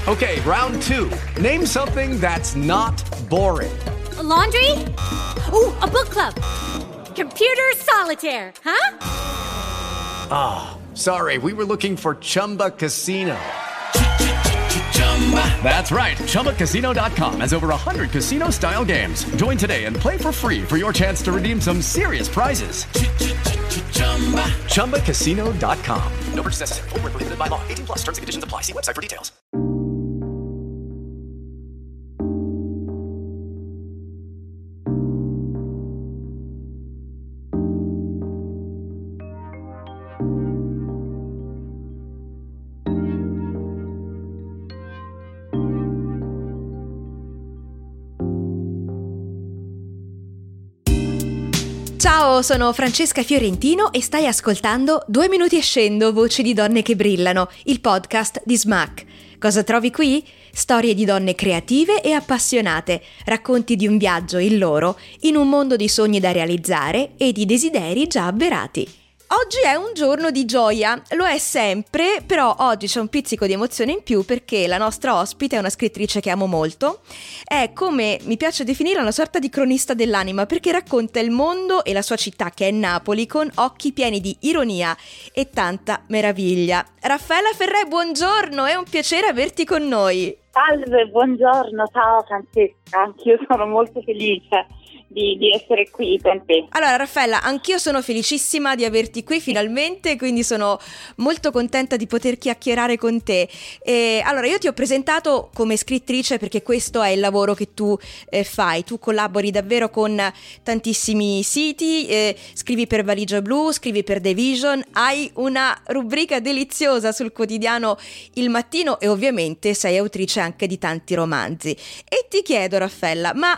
Okay, round 2. Name something that's not boring. A laundry? Ooh, a book club. Computer solitaire, huh? Ah, sorry, we were looking for Chumba Casino. That's right, ChumbaCasino.com has over 100 casino-style games. Join today and play for free for your chance to redeem some serious prizes. ChumbaCasino.com. No purchase necessary. Void where prohibited by law. 18 plus. Terms and conditions apply. See website for details. Ciao, sono Francesca Fiorentino e stai ascoltando 2 minuti e scendo, voci di donne che brillano, il podcast di Smack. Cosa trovi qui? Storie di donne creative e appassionate, racconti di un viaggio, il loro, in un mondo di sogni da realizzare e di desideri già avverati. Oggi è un giorno di gioia, lo è sempre, però oggi c'è un pizzico di emozione in più perché la nostra ospite è una scrittrice che amo molto. È, come mi piace definire, una sorta di cronista dell'anima perché racconta il mondo e la sua città, che è Napoli, con occhi pieni di ironia e tanta meraviglia. Raffaella Ferré, buongiorno, è un piacere averti con noi. Salve, buongiorno, ciao Francesca, anch'io sono molto felice di essere qui con te. Allora Raffaella, anch'io sono felicissima di averti qui finalmente, quindi sono molto contenta di poter chiacchierare con te. Allora io ti ho presentato come scrittrice perché questo è il lavoro che tu fai, tu collabori davvero con tantissimi siti, scrivi per Valigia Blu, scrivi per The Vision, hai una rubrica deliziosa sul quotidiano Il Mattino e ovviamente sei autrice anche di tanti romanzi. E ti chiedo Raffaella, ma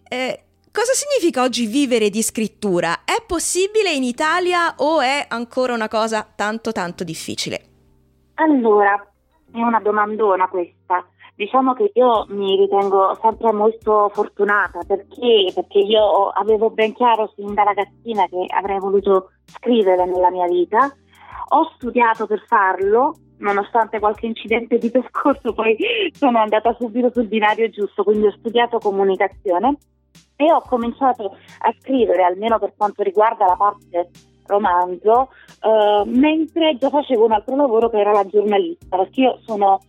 cosa significa oggi vivere di scrittura? È possibile in Italia o è ancora una cosa tanto tanto difficile? Allora, è una domandona questa. Diciamo che io mi ritengo sempre molto fortunata perché io avevo ben chiaro sin da ragazzina che avrei voluto scrivere nella mia vita. Ho studiato per farlo, nonostante qualche incidente di percorso, poi sono andata subito sul binario giusto, quindi ho studiato comunicazione. E ho cominciato a scrivere, almeno per quanto riguarda la parte romanzo, mentre già facevo un altro lavoro che era la giornalista, perché io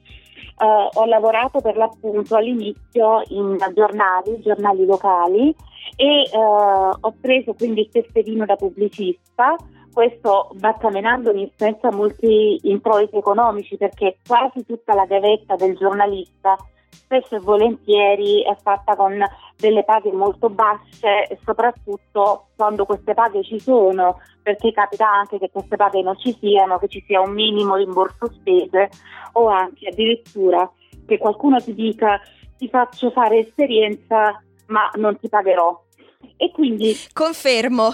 ho lavorato per l'appunto all'inizio in giornali locali e ho preso quindi il tesserino da pubblicista, questo barcamenandomi senza molti introiti economici perché quasi tutta la gavetta del giornalista spesso e volentieri è fatta con delle paghe molto basse e soprattutto quando queste paghe ci sono, perché capita anche che queste paghe non ci siano, che ci sia un minimo rimborso spese o anche addirittura che qualcuno ti dica ti faccio fare esperienza ma non ti pagherò. E quindi confermo.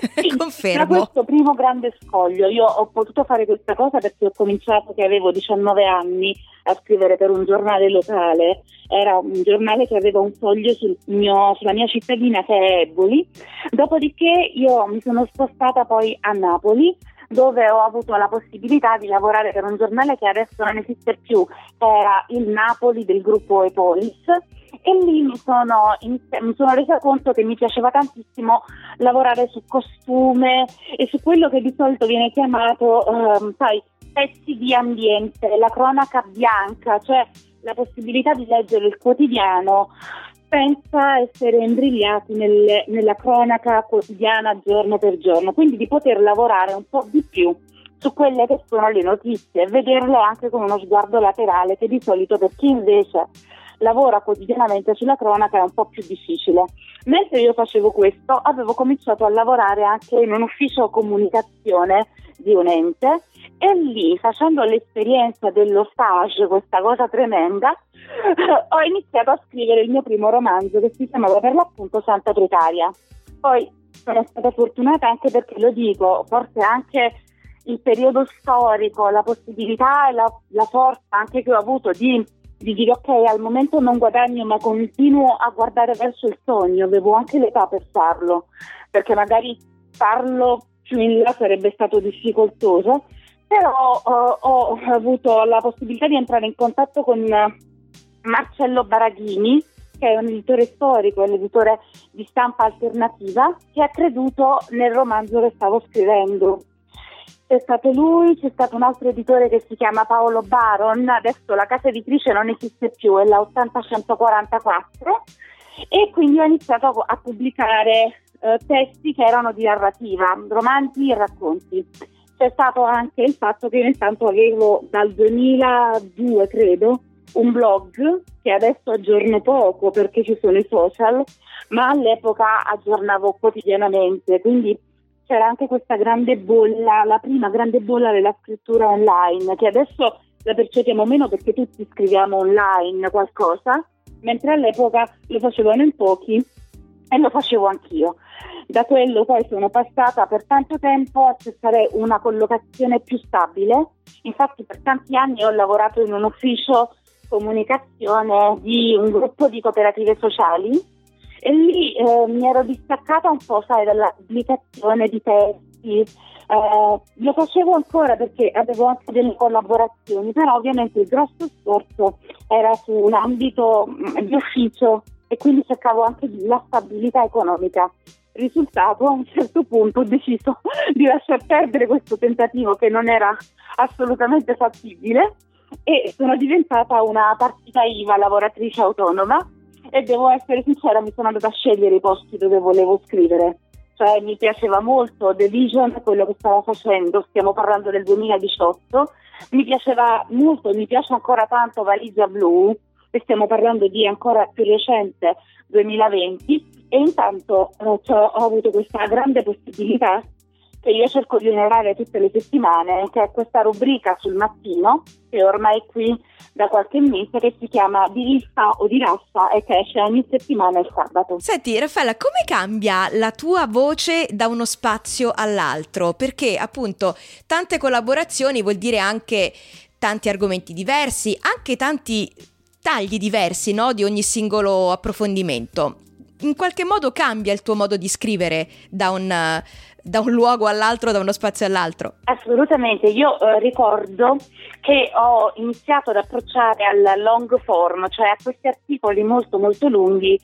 Da questo primo grande scoglio io ho potuto fare questa cosa perché ho cominciato che avevo 19 anni a scrivere per un giornale locale. Era un giornale che aveva un foglio sulla mia cittadina che è Eboli. Dopodiché io mi sono spostata poi a Napoli, dove ho avuto la possibilità di lavorare per un giornale che adesso non esiste più, che era il Napoli del gruppo Epolis. E lì mi sono resa conto che mi piaceva tantissimo lavorare su costume e su quello che di solito viene chiamato, pezzi di ambiente, la cronaca bianca, cioè la possibilità di leggere il quotidiano senza essere imbrigliati nella cronaca quotidiana giorno per giorno, quindi di poter lavorare un po' di più su quelle che sono le notizie e vederle anche con uno sguardo laterale che di solito per chi invece lavora quotidianamente sulla cronaca è un po' più difficile. Mentre io facevo questo, avevo cominciato a lavorare anche in un ufficio comunicazione di un ente e lì, facendo l'esperienza dello stage, questa cosa tremenda, ho iniziato a scrivere il mio primo romanzo che si chiamava per l'appunto Santa Precaria. Poi sono stata fortunata anche perché, lo dico, forse anche il periodo storico, la possibilità e la forza anche che ho avuto di dire ok, al momento non guadagno ma continuo a guardare verso il sogno, avevo anche l'età per farlo, perché magari farlo più in là sarebbe stato difficoltoso, però ho avuto la possibilità di entrare in contatto con Marcello Baraghini, che è un editore storico, un editore di stampa alternativa, che ha creduto nel romanzo che stavo scrivendo. C'è stato lui, c'è stato un altro editore che si chiama Paolo Baron, adesso la casa editrice non esiste più, è la 80144, e quindi ho iniziato a pubblicare testi che erano di narrativa, romanzi e racconti. C'è stato anche il fatto che intanto avevo dal 2002, credo, un blog che adesso aggiorno poco perché ci sono i social, ma all'epoca aggiornavo quotidianamente, quindi c'era anche questa grande bolla, la prima grande bolla della scrittura online, che adesso la percepiamo meno perché tutti scriviamo online qualcosa, mentre all'epoca lo facevano in pochi e lo facevo anch'io. Da quello poi sono passata per tanto tempo a cercare una collocazione più stabile. Infatti per tanti anni ho lavorato in un ufficio comunicazione di un gruppo di cooperative sociali e lì mi ero distaccata un po', sai, dalla pubblicazione di testi. Lo facevo ancora perché avevo anche delle collaborazioni, però ovviamente il grosso sforzo era su un ambito di ufficio e quindi cercavo anche la stabilità economica. Risultato, a un certo punto ho deciso di lasciar perdere questo tentativo che non era assolutamente fattibile e sono diventata una partita IVA, lavoratrice autonoma, e devo essere sincera, mi sono andata a scegliere i posti dove volevo scrivere. Cioè mi piaceva molto The Vision, quello che stavo facendo, stiamo parlando del 2018, mi piaceva molto, mi piace ancora tanto Valigia Blu, e stiamo parlando di ancora più recente 2020, e intanto ho avuto questa grande possibilità che io cerco di onorare tutte le settimane, che è questa rubrica sul Mattino, che è ormai qui da qualche mese, che si chiama Di lista o di razza e che esce ogni settimana il sabato. Senti Raffaella, come cambia la tua voce da uno spazio all'altro? Perché appunto tante collaborazioni vuol dire anche tanti argomenti diversi, anche tanti tagli diversi, no, di ogni singolo approfondimento. In qualche modo cambia il tuo modo di scrivere da un luogo all'altro, da uno spazio all'altro? Assolutamente, io ricordo che ho iniziato ad approcciare al long form, cioè a questi articoli molto molto lunghi,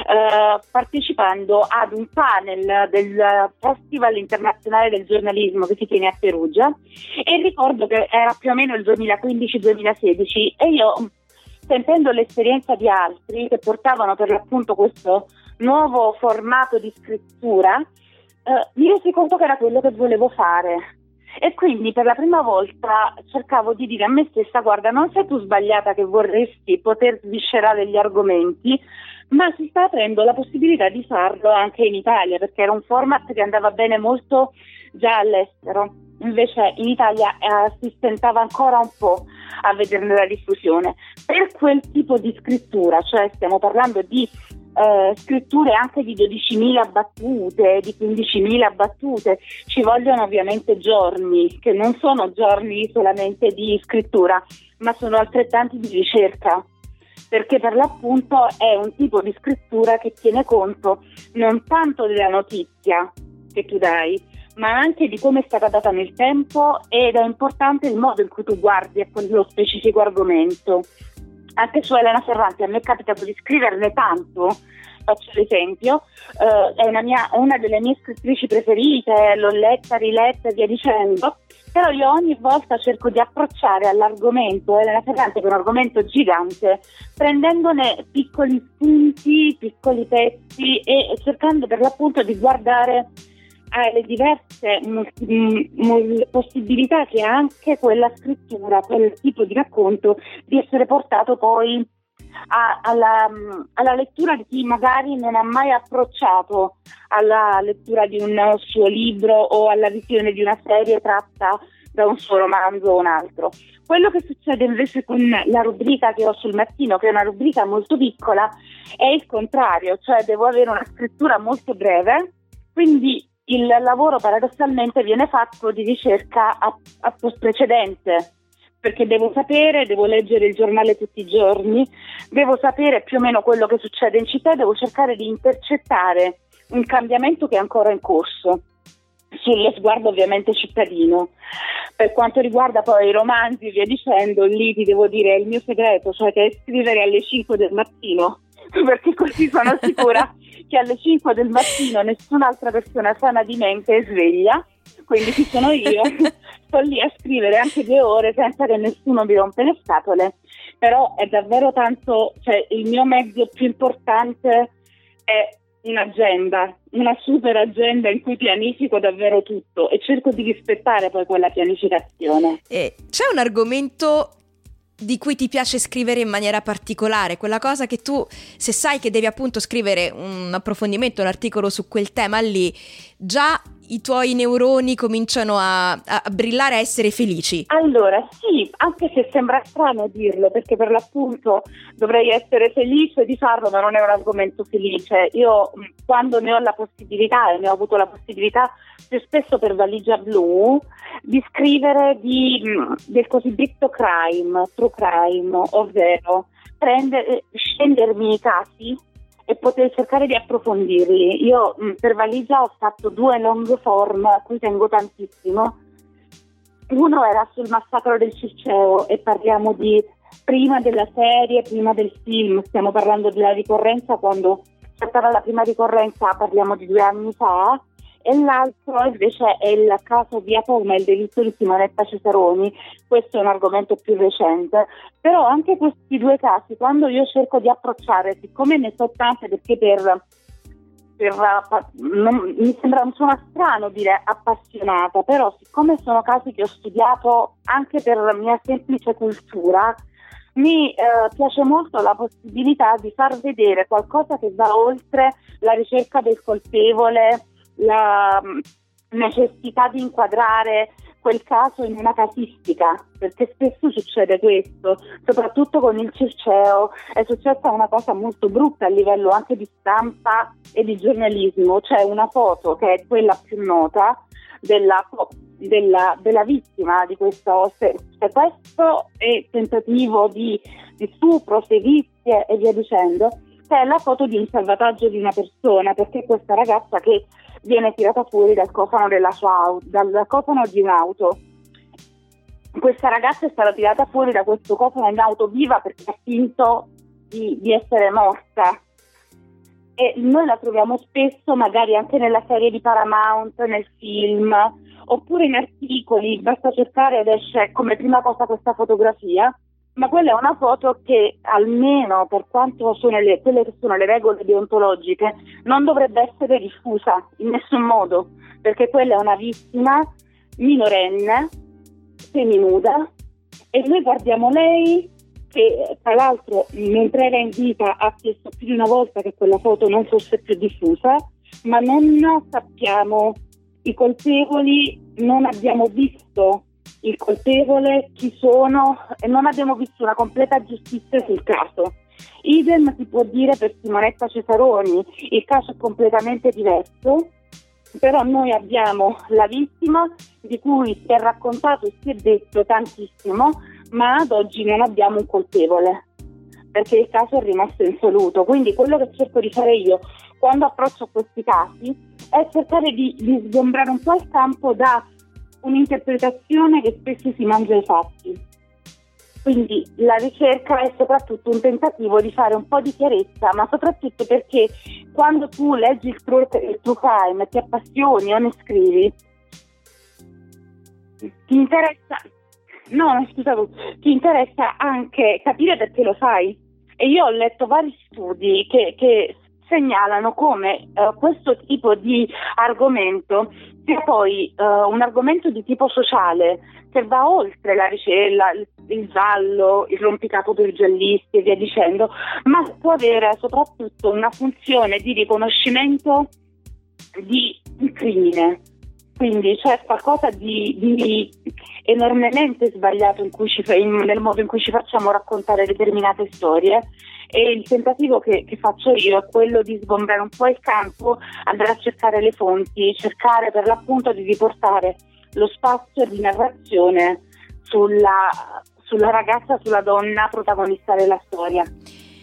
partecipando ad un panel del Festival Internazionale del Giornalismo che si tiene a Perugia, e ricordo che era più o meno il 2015-2016 e io, sentendo l'esperienza di altri che portavano per l'appunto questo nuovo formato di scrittura, mi resi conto che era quello che volevo fare, e quindi per la prima volta cercavo di dire a me stessa: guarda, non sei tu sbagliata che vorresti poter sviscerare gli argomenti, ma si sta aprendo la possibilità di farlo anche in Italia, perché era un format che andava bene molto già all'estero, invece in Italia si stentava ancora un po' a vederne la diffusione. Per quel tipo di scrittura, cioè stiamo parlando di scritture anche di 12.000 battute, di 15.000 battute, ci vogliono ovviamente giorni, che non sono giorni solamente di scrittura, ma sono altrettanti di ricerca, perché per l'appunto è un tipo di scrittura che tiene conto non tanto della notizia che tu dai, ma anche di come è stata data nel tempo, ed è importante il modo in cui tu guardi a quello specifico argomento. Anche su Elena Ferrante a me capita di scriverne tanto, faccio l'esempio, è una delle mie scrittrici preferite, l'ho letta, riletta e via dicendo, però io ogni volta cerco di approcciare all'argomento Elena Ferrante, che è un argomento gigante, prendendone piccoli spunti, piccoli pezzi e cercando per l'appunto di guardare alle diverse possibilità che ha anche quella scrittura, quel tipo di racconto, di essere portato poi alla lettura di chi magari non ha mai approcciato alla lettura di un suo libro o alla visione di una serie tratta da un suo romanzo o un altro. Quello che succede invece con la rubrica che ho sul Mattino, che è una rubrica molto piccola, è il contrario, cioè devo avere una scrittura molto breve, quindi il lavoro paradossalmente viene fatto di ricerca a post precedente, perché devo leggere il giornale tutti i giorni, devo sapere più o meno quello che succede in città, devo cercare di intercettare un cambiamento che è ancora in corso. sullo sguardo ovviamente cittadino. Per quanto riguarda poi i romanzi, via dicendo, lì ti devo dire il mio segreto, cioè che è scrivere alle 5 del mattino, perché così sono sicura che alle 5 del mattino nessun'altra persona sana di me è sveglia, quindi ci sono io, sto lì a scrivere anche 2 ore senza che nessuno mi rompe le scatole, però è davvero tanto, cioè il mio mezzo più importante è un'agenda, una super agenda in cui pianifico davvero tutto e cerco di rispettare poi quella pianificazione. C'è un argomento di cui ti piace scrivere in maniera particolare, quella cosa che tu, se sai che devi appunto scrivere un approfondimento, un articolo su quel tema lì, già i tuoi neuroni cominciano a brillare, a essere felici? Allora sì, anche se sembra strano dirlo, perché per l'appunto dovrei essere felice di farlo, ma non è un argomento felice. Io quando ne ho la possibilità, e ne ho avuto la possibilità più spesso per Valigia Blu, di scrivere del cosiddetto true crime, ovvero scendermi i casi e poter cercare di approfondirli. Io per Valigia ho fatto 2 long form a cui tengo tantissimo. Uno era sul massacro del Circeo e parliamo di prima della serie, prima del film, stiamo parlando della ricorrenza, quando c'è stata la prima ricorrenza parliamo di 2 anni fa, e l'altro invece è il caso Via Poma, il delitto di Simonetta Cesaroni. Questo è un argomento più recente, però anche questi 2 casi, quando io cerco di approcciare, siccome ne so tante, perché mi suona strano dire appassionata, però siccome sono casi che ho studiato anche per la mia semplice cultura, mi piace molto la possibilità di far vedere qualcosa che va oltre la ricerca del colpevole, la necessità di inquadrare quel caso in una casistica, perché spesso succede questo, soprattutto con il Circeo è successa una cosa molto brutta a livello anche di stampa e di giornalismo. C'è una foto che è quella più nota della vittima di questo sequestro e tentativo di stupro, sevizie e via dicendo, che è la foto di un salvataggio di una persona, perché questa ragazza che viene tirata fuori dal cofano della sua auto, dal cofano di un'auto. Questa ragazza è stata tirata fuori da questo cofano in auto viva perché ha finto di essere morta. E noi la troviamo spesso magari anche nella serie di Paramount, nel film, oppure in articoli, basta cercare ed esce come prima cosa questa fotografia, ma quella è una foto che almeno per quanto sono quelle che sono le regole deontologiche non dovrebbe essere diffusa in nessun modo, perché quella è una vittima minorenne, seminuda, e noi guardiamo lei che tra l'altro mentre era in vita ha chiesto più di una volta che quella foto non fosse più diffusa, ma non sappiamo i colpevoli, non abbiamo visto il colpevole, chi sono, e non abbiamo visto una completa giustizia sul caso. Idem si può dire per Simonetta Cesaroni, il caso è completamente diverso, però noi abbiamo la vittima di cui si è raccontato e si è detto tantissimo, ma ad oggi non abbiamo un colpevole, perché il caso è rimasto insoluto. Quindi quello che cerco di fare io quando approccio questi casi è cercare di sgombrare un po' il campo da un'interpretazione che spesso si mangia i fatti. Quindi la ricerca è soprattutto un tentativo di fare un po' di chiarezza, ma soprattutto perché quando tu leggi il true crime, ti appassioni o ne scrivi, ti interessa anche capire perché lo fai. E io ho letto vari studi che segnalano come questo tipo di argomento sia poi un argomento di tipo sociale che va oltre il giallo, il rompicapo per i giallisti e via dicendo, ma può avere soprattutto una funzione di riconoscimento di un crimine. Quindi c'è qualcosa di enormemente sbagliato nel modo in cui ci facciamo raccontare determinate storie, e il tentativo che faccio io è quello di sgombrare un po' il campo, andare a cercare le fonti, cercare per l'appunto di riportare lo spazio di narrazione sulla ragazza, sulla donna protagonista della storia.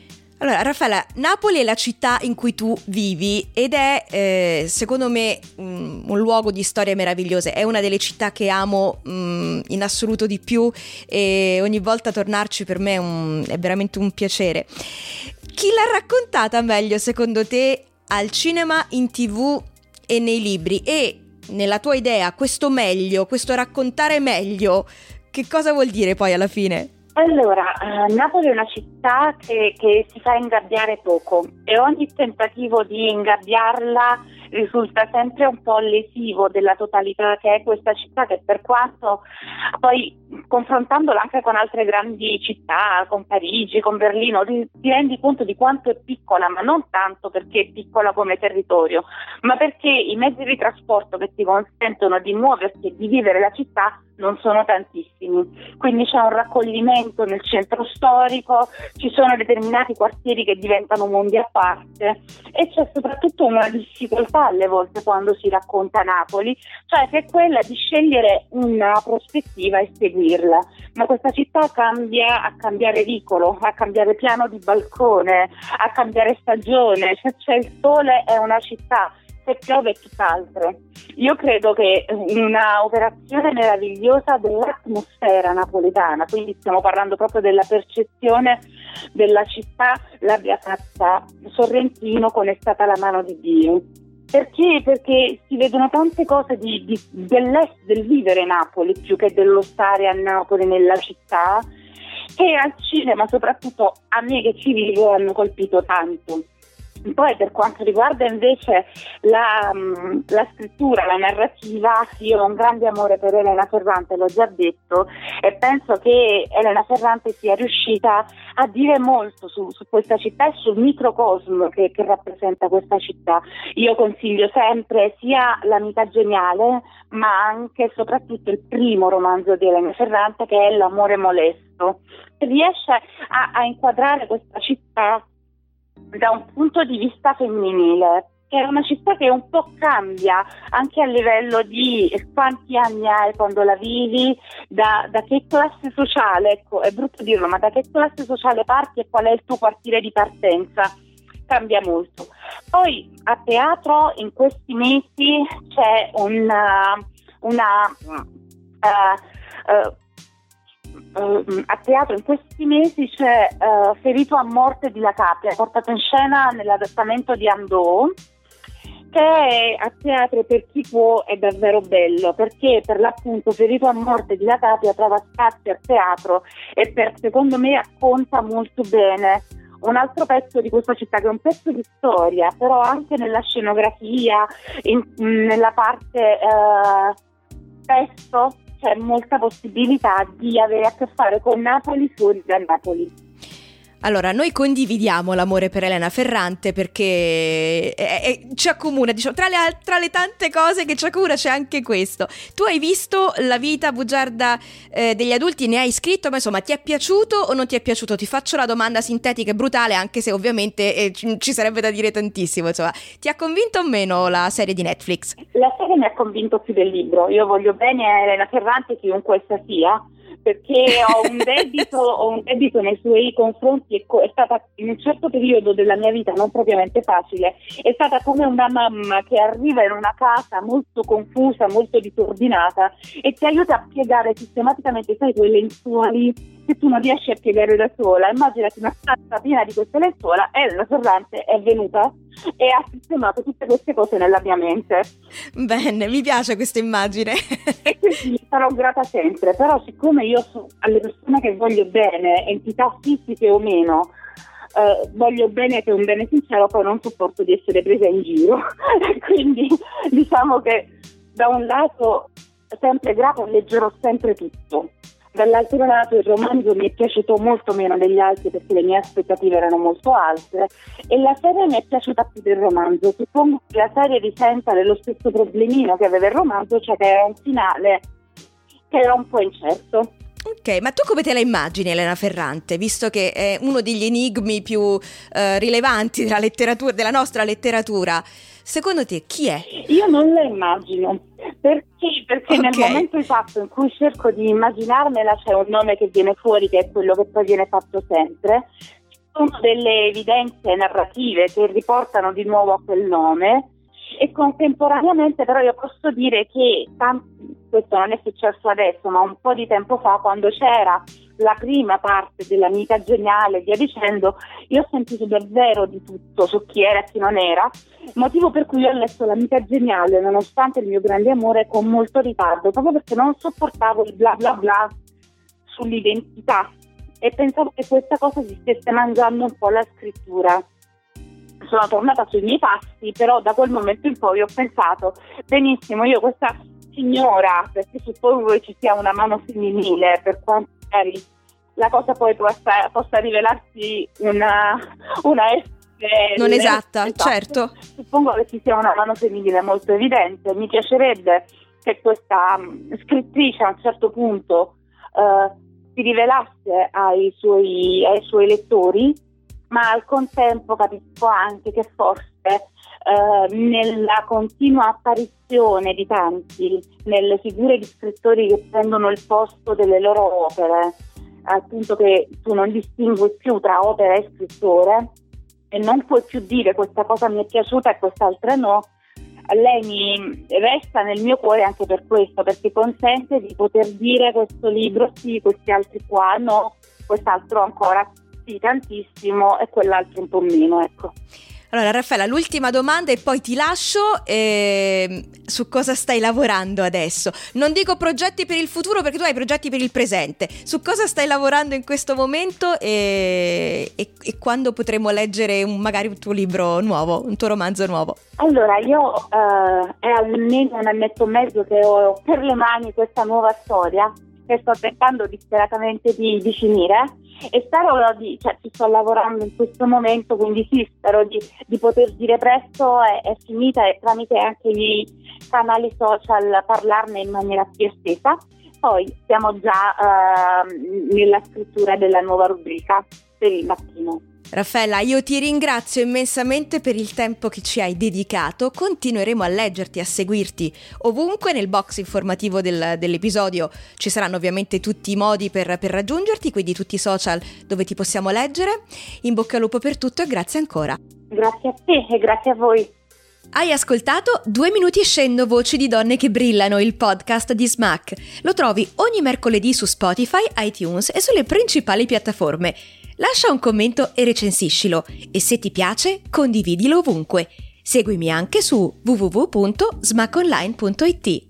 Allora, Raffaella, Napoli è la città in cui tu vivi ed è, secondo me, un luogo di storie meravigliose. È una delle città che amo in assoluto di più e ogni volta tornarci per me è veramente un piacere. Chi l'ha raccontata meglio, secondo te, al cinema, in TV e nei libri? E nella tua idea, questo meglio, questo raccontare meglio, che cosa vuol dire poi alla fine? Allora, Napoli è una città che si fa ingabbiare poco e ogni tentativo di ingabbiarla risulta sempre un po' lesivo della totalità che è questa città, che per quanto poi confrontandola anche con altre grandi città, con Parigi, con Berlino, ti rendi conto di quanto è piccola, ma non tanto perché è piccola come territorio, ma perché i mezzi di trasporto che ti consentono di muoverti e di vivere la città non sono tantissimi, quindi c'è un raccoglimento nel centro storico, ci sono determinati quartieri che diventano mondi a parte e c'è soprattutto una difficoltà alle volte quando si racconta Napoli, cioè che è quella di scegliere una prospettiva e seguirla, ma questa città cambia a cambiare vicolo, a cambiare piano di balcone, a cambiare stagione, se c'è il sole è una città, se piove è tutt'altro. Io credo che una operazione meravigliosa dell'atmosfera napoletana, quindi stiamo parlando proprio della percezione della città, l'abbia fatta Sorrentino con È stata la mano di Dio. Perché? Perché si vedono tante cose del vivere Napoli più che dello stare a Napoli nella città, che al cinema, soprattutto a me che ci vivo, hanno colpito tanto. Poi per quanto riguarda invece la scrittura, la narrativa, io ho un grande amore per Elena Ferrante, l'ho già detto, e penso che Elena Ferrante sia riuscita a dire molto su questa città e sul microcosmo che rappresenta questa città. Io consiglio sempre sia L'amica geniale, ma anche e soprattutto il primo romanzo di Elena Ferrante, che è L'amore molesto, che riesce a inquadrare questa città da un punto di vista femminile, che è una città che un po' cambia anche a livello di quanti anni hai quando la vivi, da che classe sociale, ecco, è brutto dirlo, ma da che classe sociale parti e qual è il tuo quartiere di partenza, cambia molto. Poi a teatro in questi mesi c'è a teatro in questi mesi c'è Ferito a morte di La Capria, portato in scena nell'adattamento di Andò, che a teatro per chi può è davvero bello, perché per l'appunto Ferito a morte di La Capria trova spazio a teatro e secondo me racconta molto bene un altro pezzo di questa città, che è un pezzo di storia, però anche nella scenografia, nella parte testo c'è molta possibilità di avere a che fare con Napoli fuori da Napoli. Allora, noi condividiamo l'amore per Elena Ferrante perché ci accomuna, diciamo, tra le tante cose che ci accomuna c'è anche questo. Tu hai visto La vita bugiarda degli adulti, ne hai scritto, ma insomma, ti è piaciuto o non ti è piaciuto? Ti faccio la domanda sintetica e brutale, anche se ovviamente ci sarebbe da dire tantissimo, insomma. Ti ha convinto o meno la serie di Netflix? La serie mi ha convinto più del libro. Io voglio bene a Elena Ferrante, chiunque essa sia, perché ho un debito nei suoi confronti. È stata in un certo periodo della mia vita non propriamente facile, è stata come una mamma che arriva in una casa molto confusa, molto disordinata e ti aiuta a piegare sistematicamente, sai, quelle lenzuoli che tu non riesci a piegare da sola. Immaginati una stanza piena di queste lenzuola e Elena Ferrante è venuta e ha sistemato tutte queste cose nella mia mente. Bene, mi piace questa immagine. E quindi sarò grata sempre, però siccome io alle persone che voglio bene, entità fisiche o meno, voglio bene, che è un bene sincero, poi non sopporto di essere presa in giro. Quindi diciamo che da un lato sempre grata, leggerò sempre tutto. Dall'altro lato il romanzo mi è piaciuto molto meno degli altri perché le mie aspettative erano molto alte e la serie mi è piaciuta più del romanzo. Suppongo che la serie risenta dello stesso problemino che aveva il romanzo, cioè che era un finale che era un po' incerto. Ok, ma tu come te la immagini Elena Ferrante, visto che è uno degli enigmi più rilevanti della letteratura, della nostra letteratura? Secondo te chi è? Io non la immagino, perché nel momento esatto in cui cerco di immaginarmela c'è un nome che viene fuori, che è quello che poi viene fatto sempre, sono delle evidenze narrative che riportano di nuovo a quel nome, e contemporaneamente però io posso dire che questo non è successo adesso, ma un po' di tempo fa, quando c'era la prima parte dell'Amica Geniale e via dicendo, io ho sentito davvero di tutto su chi era e chi non era, motivo per cui ho letto l'Amica Geniale, nonostante il mio grande amore, con molto ritardo, proprio perché non sopportavo il bla bla bla sull'identità, e pensavo che questa cosa si stesse mangiando un po' la scrittura. Sono tornata sui miei passi, però da quel momento in poi ho pensato, benissimo, io questa signora, perché suppongo che ci sia una mano femminile, per quanto magari la cosa poi possa rivelarsi una non esatta, certo. Suppongo che ci sia una mano femminile molto evidente. Mi piacerebbe che questa scrittrice a un certo punto si rivelasse ai suoi lettori, ma al contempo capisco anche che forse nella continua apparizione di tanti, nelle figure di scrittori che prendono il posto delle loro opere, al punto che tu non distingui più tra opera e scrittore e non puoi più dire questa cosa mi è piaciuta e quest'altra no, lei mi resta nel mio cuore anche per questo, perché consente di poter dire questo libro sì, questi altri qua no, quest'altro ancora sì tantissimo e quell'altro un po' meno, ecco. Allora Raffaella, l'ultima domanda e poi ti lascio. Su cosa stai lavorando adesso? Non dico progetti per il futuro perché tu hai progetti per il presente. Su cosa stai lavorando in questo momento e quando potremo leggere magari un tuo libro nuovo, un tuo romanzo nuovo? Allora, io è almeno un annetto e mezzo che ho per le mani questa nuova storia che sto tentando disperatamente di finire. E ci sto lavorando in questo momento, quindi sì, spero di poter dire presto è finita e tramite anche i miei canali social parlarne in maniera più estesa. Poi siamo già nella scrittura della nuova rubrica per il mattino. Raffaella, io ti ringrazio immensamente per il tempo che ci hai dedicato. Continueremo a leggerti, a seguirti ovunque. Nel box informativo dell'episodio ci saranno ovviamente tutti i modi per raggiungerti, quindi tutti i social dove ti possiamo leggere. In bocca al lupo per tutto e grazie ancora. Grazie a te e grazie a voi. Hai ascoltato 2 minuti e scendo, voci di donne che brillano, il podcast di Smack. Lo trovi ogni mercoledì su Spotify, iTunes e sulle principali piattaforme. Lascia un commento e recensiscilo e se ti piace condividilo ovunque. Seguimi anche su www.smackonline.it.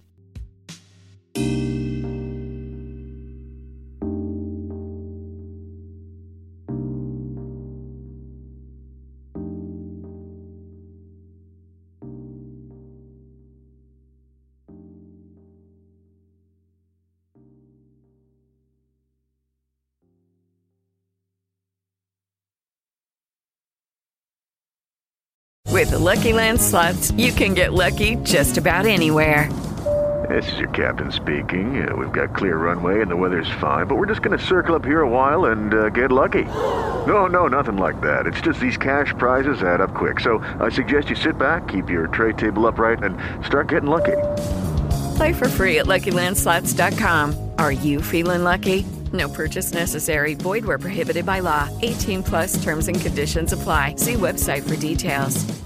With the Lucky Land Slots, you can get lucky just about anywhere. This is your captain speaking. We've got clear runway and the weather's fine, but we're just going to circle up here a while and get lucky. No, nothing like that. It's just these cash prizes add up quick. So I suggest you sit back, keep your tray table upright, and start getting lucky. Play for free at LuckyLandSlots.com. Are you feeling lucky? No purchase necessary. Void where prohibited by law. 18+ terms and conditions apply. See website for details.